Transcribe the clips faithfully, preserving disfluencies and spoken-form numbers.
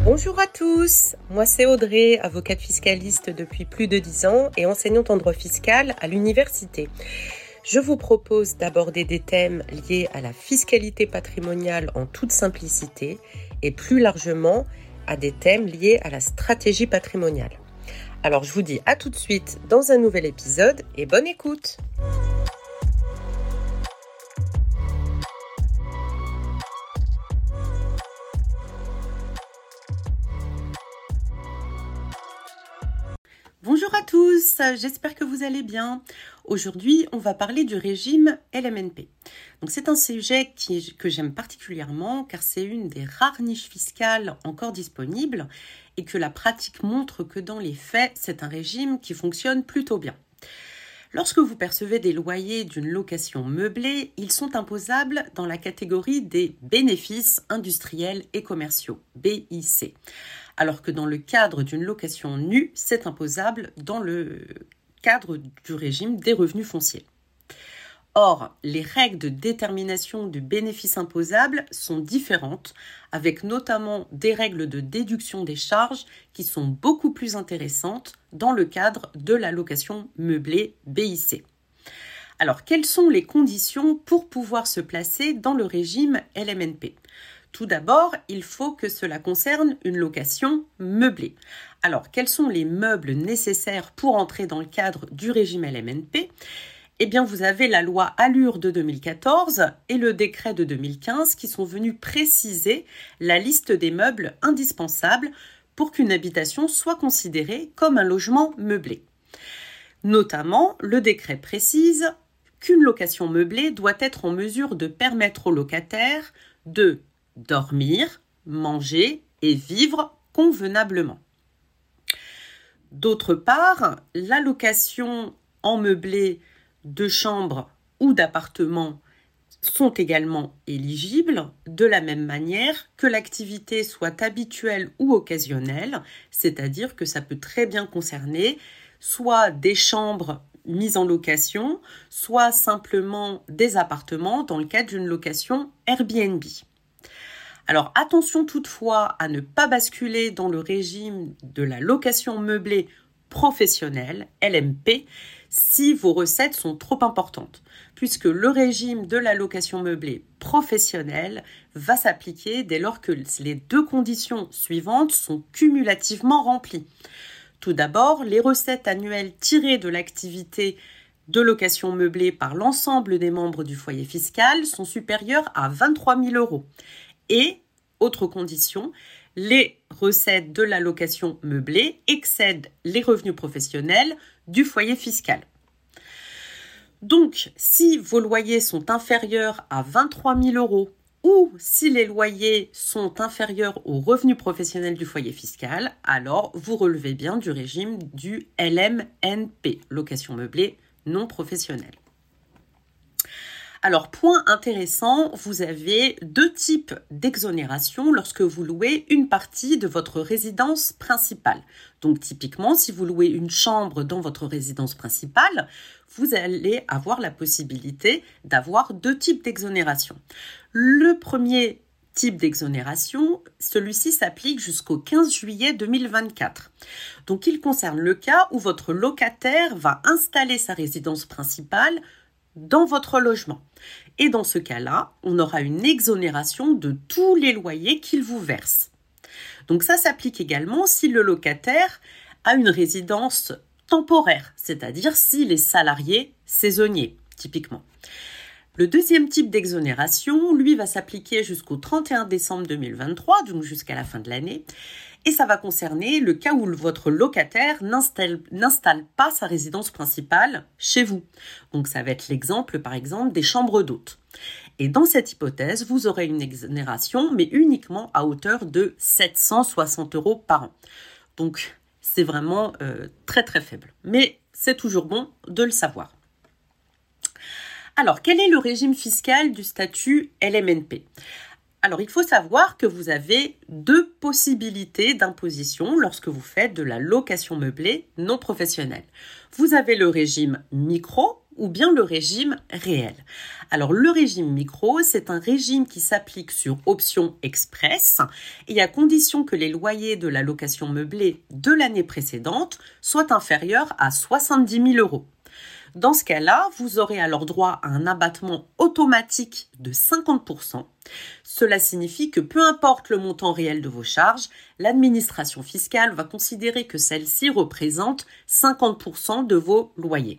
Bonjour à tous, moi c'est Audrey, avocate fiscaliste depuis plus de dix ans et enseignante en droit fiscal à l'université. Je vous propose d'aborder des thèmes liés à la fiscalité patrimoniale en toute simplicité et plus largement à des thèmes liés à la stratégie patrimoniale. Alors je vous dis à tout de suite dans un nouvel épisode et bonne écoute. Bonjour à tous, j'espère que vous allez bien. Aujourd'hui, on va parler du régime L M N P. Donc, c'est un sujet qui, que j'aime particulièrement car c'est une des rares niches fiscales encore disponibles et que la pratique montre que dans les faits, c'est un régime qui fonctionne plutôt bien. Lorsque vous percevez des loyers d'une location meublée, ils sont imposables dans la catégorie des bénéfices industriels et commerciaux, B I C. Alors que dans le cadre d'une location nue, c'est imposable dans le cadre du régime des revenus fonciers. Or, les règles de détermination du bénéfice imposable sont différentes, avec notamment des règles de déduction des charges qui sont beaucoup plus intéressantes dans le cadre de la location meublée B I C. Alors, quelles sont les conditions pour pouvoir se placer dans le régime L M N P ? Tout d'abord, il faut que cela concerne une location meublée. Alors, quels sont les meubles nécessaires pour entrer dans le cadre du régime L M N P ? Eh bien, vous avez la loi Allure de deux mille quatorze et le décret de deux mille quinze qui sont venus préciser la liste des meubles indispensables pour qu'une habitation soit considérée comme un logement meublé. Notamment, le décret précise qu'une location meublée doit être en mesure de permettre aux locataires de dormir, manger et vivre convenablement. D'autre part, la location en meublé de chambres ou d'appartements sont également éligibles de la même manière que l'activité soit habituelle ou occasionnelle, c'est-à-dire que ça peut très bien concerner soit des chambres mises en location, soit simplement des appartements dans le cadre d'une location Airbnb. Alors attention toutefois à ne pas basculer dans le régime de la location meublée professionnelle, L M P, si vos recettes sont trop importantes, puisque le régime de la location meublée professionnelle va s'appliquer dès lors que les deux conditions suivantes sont cumulativement remplies. Tout d'abord, les recettes annuelles tirées de l'activité de location meublée par l'ensemble des membres du foyer fiscal sont supérieures à vingt-trois mille euros. Et, autre condition, les recettes de la location meublée excèdent les revenus professionnels du foyer fiscal. Donc, si vos loyers sont inférieurs à vingt-trois mille euros ou si les loyers sont inférieurs aux revenus professionnels du foyer fiscal, alors vous relevez bien du régime du L M N P, location meublée non professionnelle. Alors, point intéressant, vous avez deux types d'exonération lorsque vous louez une partie de votre résidence principale. Donc, typiquement, si vous louez une chambre dans votre résidence principale, vous allez avoir la possibilité d'avoir deux types d'exonération. Le premier type d'exonération, celui-ci s'applique jusqu'au quinze juillet deux mille vingt-quatre. Donc, il concerne le cas où votre locataire va installer sa résidence principale dans votre logement. Et dans ce cas-là, on aura une exonération de tous les loyers qu'il vous verse. Donc ça s'applique également si le locataire a une résidence temporaire, c'est-à-dire s'il est salarié saisonnier, typiquement. Le deuxième type d'exonération, lui, va s'appliquer jusqu'au trente et un décembre deux mille vingt-trois, donc jusqu'à la fin de l'année. Et ça va concerner le cas où votre locataire n'installe, n'installe pas sa résidence principale chez vous. Donc ça va être l'exemple, par exemple, des chambres d'hôtes. Et dans cette hypothèse, vous aurez une exonération, mais uniquement à hauteur de sept cent soixante euros par an. Donc c'est vraiment euh, très très faible. Mais c'est toujours bon de le savoir. Alors, quel est le régime fiscal du statut L M N P ? Alors, il faut savoir que vous avez deux possibilités d'imposition lorsque vous faites de la location meublée non professionnelle. Vous avez le régime micro ou bien le régime réel. Alors le régime micro, c'est un régime qui s'applique sur option express et à condition que les loyers de la location meublée de l'année précédente soient inférieurs à soixante-dix mille euros. Dans ce cas-là, vous aurez alors droit à un abattement automatique de cinquante pour cent. Cela signifie que peu importe le montant réel de vos charges, l'administration fiscale va considérer que celle-ci représente cinquante pour cent de vos loyers.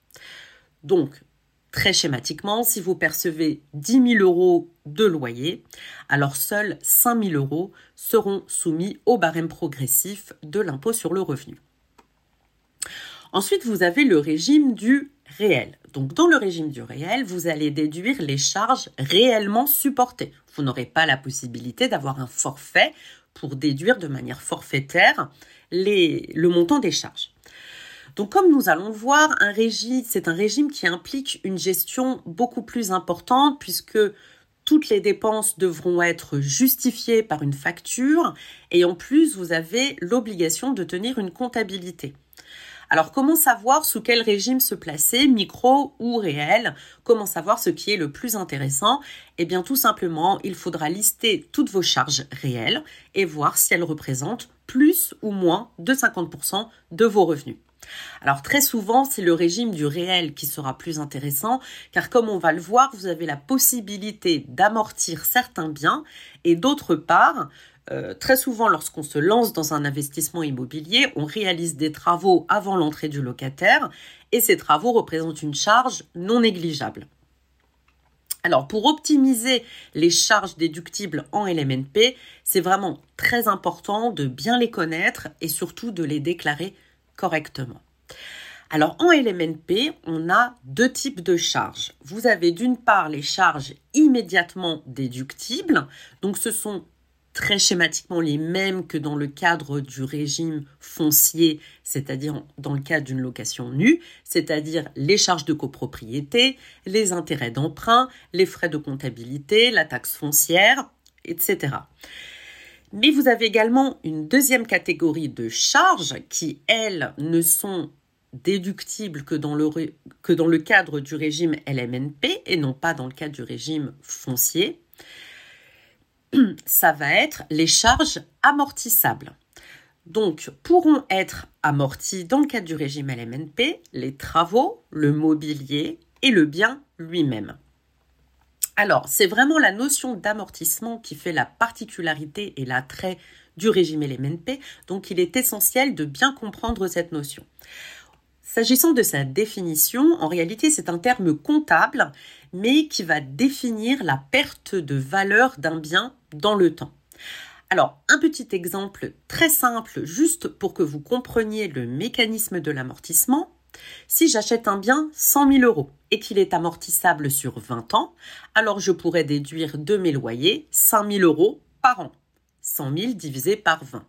Donc, très schématiquement, si vous percevez dix mille euros de loyer, alors seuls cinq mille euros seront soumis au barème progressif de l'impôt sur le revenu. Ensuite, vous avez le régime du réel. Donc, dans le régime du réel, vous allez déduire les charges réellement supportées. Vous n'aurez pas la possibilité d'avoir un forfait pour déduire de manière forfaitaire les, le montant des charges. Donc, comme nous allons le voir, un régime, c'est un régime qui implique une gestion beaucoup plus importante puisque toutes les dépenses devront être justifiées par une facture et en plus, vous avez l'obligation de tenir une comptabilité. Alors, comment savoir sous quel régime se placer, micro ou réel? Comment savoir ce qui est le plus intéressant? Eh bien, tout simplement, il faudra lister toutes vos charges réelles et voir si elles représentent plus ou moins de cinquante pour cent de vos revenus. Alors, très souvent, c'est le régime du réel qui sera plus intéressant, car comme on va le voir, vous avez la possibilité d'amortir certains biens et d'autre part, Euh, très souvent, lorsqu'on se lance dans un investissement immobilier, on réalise des travaux avant l'entrée du locataire et ces travaux représentent une charge non négligeable. Alors, pour optimiser les charges déductibles en L M N P, c'est vraiment très important de bien les connaître et surtout de les déclarer correctement. Alors, en L M N P, on a deux types de charges. Vous avez d'une part les charges immédiatement déductibles, donc ce sont très schématiquement les mêmes que dans le cadre du régime foncier, c'est-à-dire dans le cadre d'une location nue, c'est-à-dire les charges de copropriété, les intérêts d'emprunt, les frais de comptabilité, la taxe foncière, et cetera. Mais vous avez également une deuxième catégorie de charges qui, elles, ne sont déductibles que dans le, que dans le cadre du régime L M N P et non pas dans le cadre du régime foncier. Ça va être les charges amortissables. Donc, pourront être amortis dans le cadre du régime L M N P les travaux, le mobilier et le bien lui-même. Alors, c'est vraiment la notion d'amortissement qui fait la particularité et l'attrait du régime L M N P, donc il est essentiel de bien comprendre cette notion. S'agissant de sa définition, en réalité, c'est un terme comptable, mais qui va définir la perte de valeur d'un bien dans le temps. Alors, un petit exemple très simple, juste pour que vous compreniez le mécanisme de l'amortissement. Si j'achète un bien cent mille euros et qu'il est amortissable sur vingt ans, alors je pourrais déduire de mes loyers cinq mille euros par an. cent mille divisé par vingt.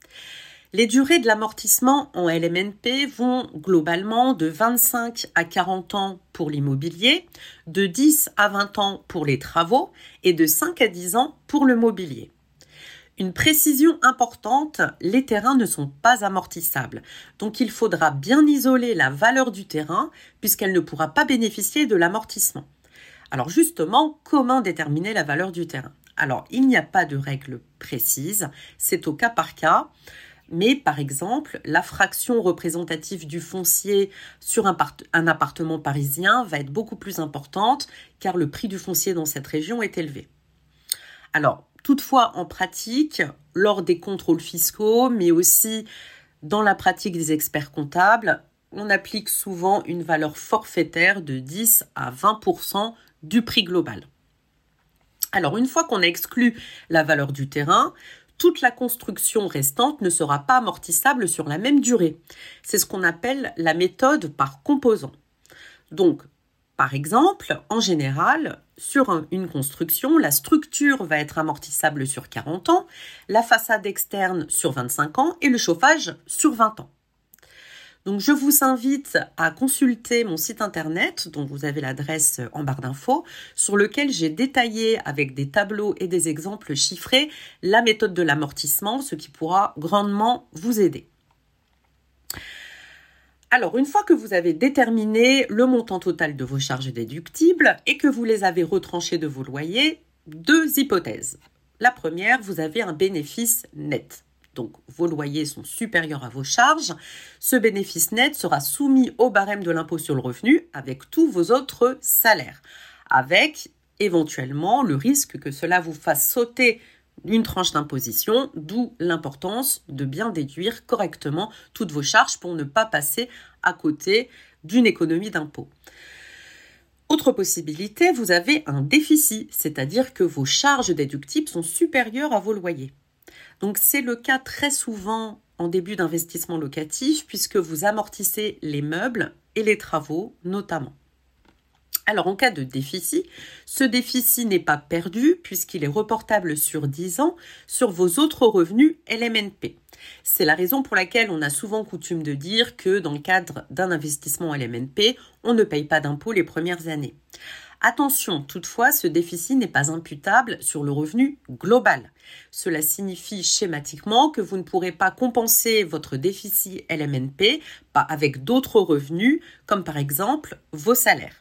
Les durées de l'amortissement en L M N P vont globalement de vingt-cinq à quarante ans pour l'immobilier, de dix à vingt ans pour les travaux et de cinq à dix ans pour le mobilier. Une précision importante, les terrains ne sont pas amortissables, donc il faudra bien isoler la valeur du terrain puisqu'elle ne pourra pas bénéficier de l'amortissement. Alors justement, comment déterminer la valeur du terrain? Alors, il n'y a pas de règle précise, c'est au cas par cas. Mais par exemple, la fraction représentative du foncier sur un, part- un appartement parisien va être beaucoup plus importante car le prix du foncier dans cette région est élevé. Alors, toutefois, en pratique, lors des contrôles fiscaux, mais aussi dans la pratique des experts comptables, on applique souvent une valeur forfaitaire de dix à vingt pour cent du prix global. Alors, une fois qu'on a exclu la valeur du terrain, toute la construction restante ne sera pas amortissable sur la même durée. C'est ce qu'on appelle la méthode par composant. Donc, par exemple, en général, sur un, une construction, la structure va être amortissable sur quarante ans, la façade externe sur vingt-cinq ans et le chauffage sur vingt ans. Donc, je vous invite à consulter mon site internet, dont vous avez l'adresse en barre d'infos, sur lequel j'ai détaillé avec des tableaux et des exemples chiffrés la méthode de l'amortissement, ce qui pourra grandement vous aider. Alors, une fois que vous avez déterminé le montant total de vos charges déductibles et que vous les avez retranchées de vos loyers, deux hypothèses. La première, vous avez un bénéfice net. Donc, vos loyers sont supérieurs à vos charges. Ce bénéfice net sera soumis au barème de l'impôt sur le revenu avec tous vos autres salaires, avec éventuellement le risque que cela vous fasse sauter une tranche d'imposition, d'où l'importance de bien déduire correctement toutes vos charges pour ne pas passer à côté d'une économie d'impôt. Autre possibilité, vous avez un déficit, c'est-à-dire que vos charges déductibles sont supérieures à vos loyers. Donc c'est le cas très souvent en début d'investissement locatif puisque vous amortissez les meubles et les travaux notamment. Alors en cas de déficit, ce déficit n'est pas perdu puisqu'il est reportable sur dix ans sur vos autres revenus L M N P. C'est la raison pour laquelle on a souvent coutume de dire que dans le cadre d'un investissement L M N P, on ne paye pas d'impôt les premières années. Attention, toutefois, ce déficit n'est pas imputable sur le revenu global. Cela signifie schématiquement que vous ne pourrez pas compenser votre déficit L M N P avec d'autres revenus, comme par exemple vos salaires.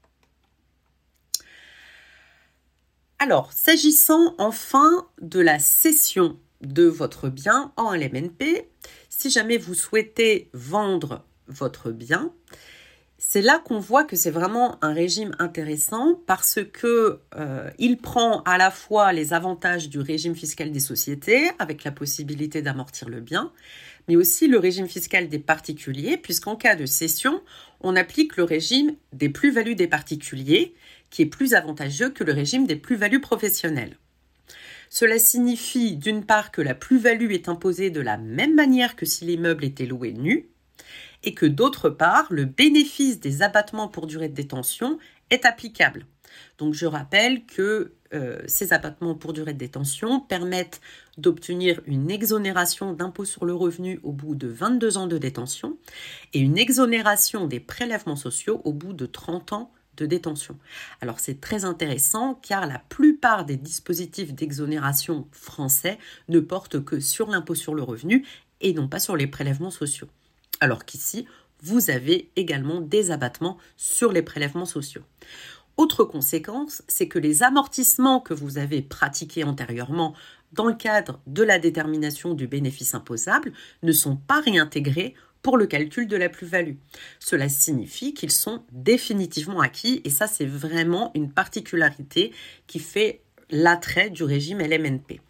Alors, s'agissant enfin de la cession de votre bien en L M N P, si jamais vous souhaitez vendre votre bien, c'est là qu'on voit que c'est vraiment un régime intéressant parce que euh, il prend à la fois les avantages du régime fiscal des sociétés avec la possibilité d'amortir le bien, mais aussi le régime fiscal des particuliers puisqu'en cas de cession, on applique le régime des plus-values des particuliers qui est plus avantageux que le régime des plus-values professionnelles. Cela signifie d'une part que la plus-value est imposée de la même manière que si l'immeuble était loué nu, et que d'autre part, le bénéfice des abattements pour durée de détention est applicable. Donc je rappelle que euh, ces abattements pour durée de détention permettent d'obtenir une exonération d'impôt sur le revenu au bout de vingt-deux ans de détention et une exonération des prélèvements sociaux au bout de trente ans de détention. Alors c'est très intéressant car la plupart des dispositifs d'exonération français ne portent que sur l'impôt sur le revenu et non pas sur les prélèvements sociaux. Alors qu'ici, vous avez également des abattements sur les prélèvements sociaux. Autre conséquence, c'est que les amortissements que vous avez pratiqués antérieurement dans le cadre de la détermination du bénéfice imposable ne sont pas réintégrés pour le calcul de la plus-value. Cela signifie qu'ils sont définitivement acquis et ça, c'est vraiment une particularité qui fait l'attrait du régime L M N P.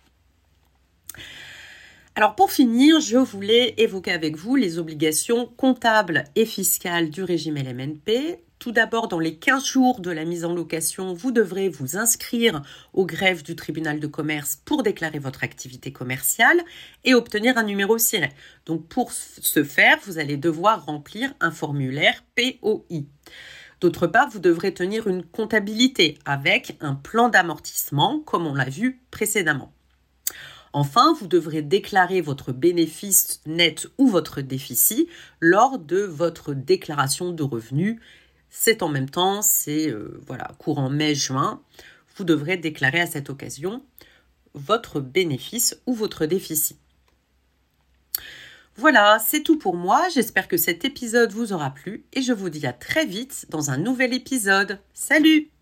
Alors pour finir, je voulais évoquer avec vous les obligations comptables et fiscales du régime L M N P. Tout d'abord, dans les quinze jours de la mise en location, vous devrez vous inscrire au greffe du tribunal de commerce pour déclarer votre activité commerciale et obtenir un numéro siret. Donc pour ce faire, vous allez devoir remplir un formulaire P O I. D'autre part, vous devrez tenir une comptabilité avec un plan d'amortissement, comme on l'a vu précédemment. Enfin, vous devrez déclarer votre bénéfice net ou votre déficit lors de votre déclaration de revenus. C'est en même temps, c'est euh, voilà, courant mai-juin, vous devrez déclarer à cette occasion votre bénéfice ou votre déficit. Voilà, c'est tout pour moi. J'espère que cet épisode vous aura plu et je vous dis à très vite dans un nouvel épisode. Salut!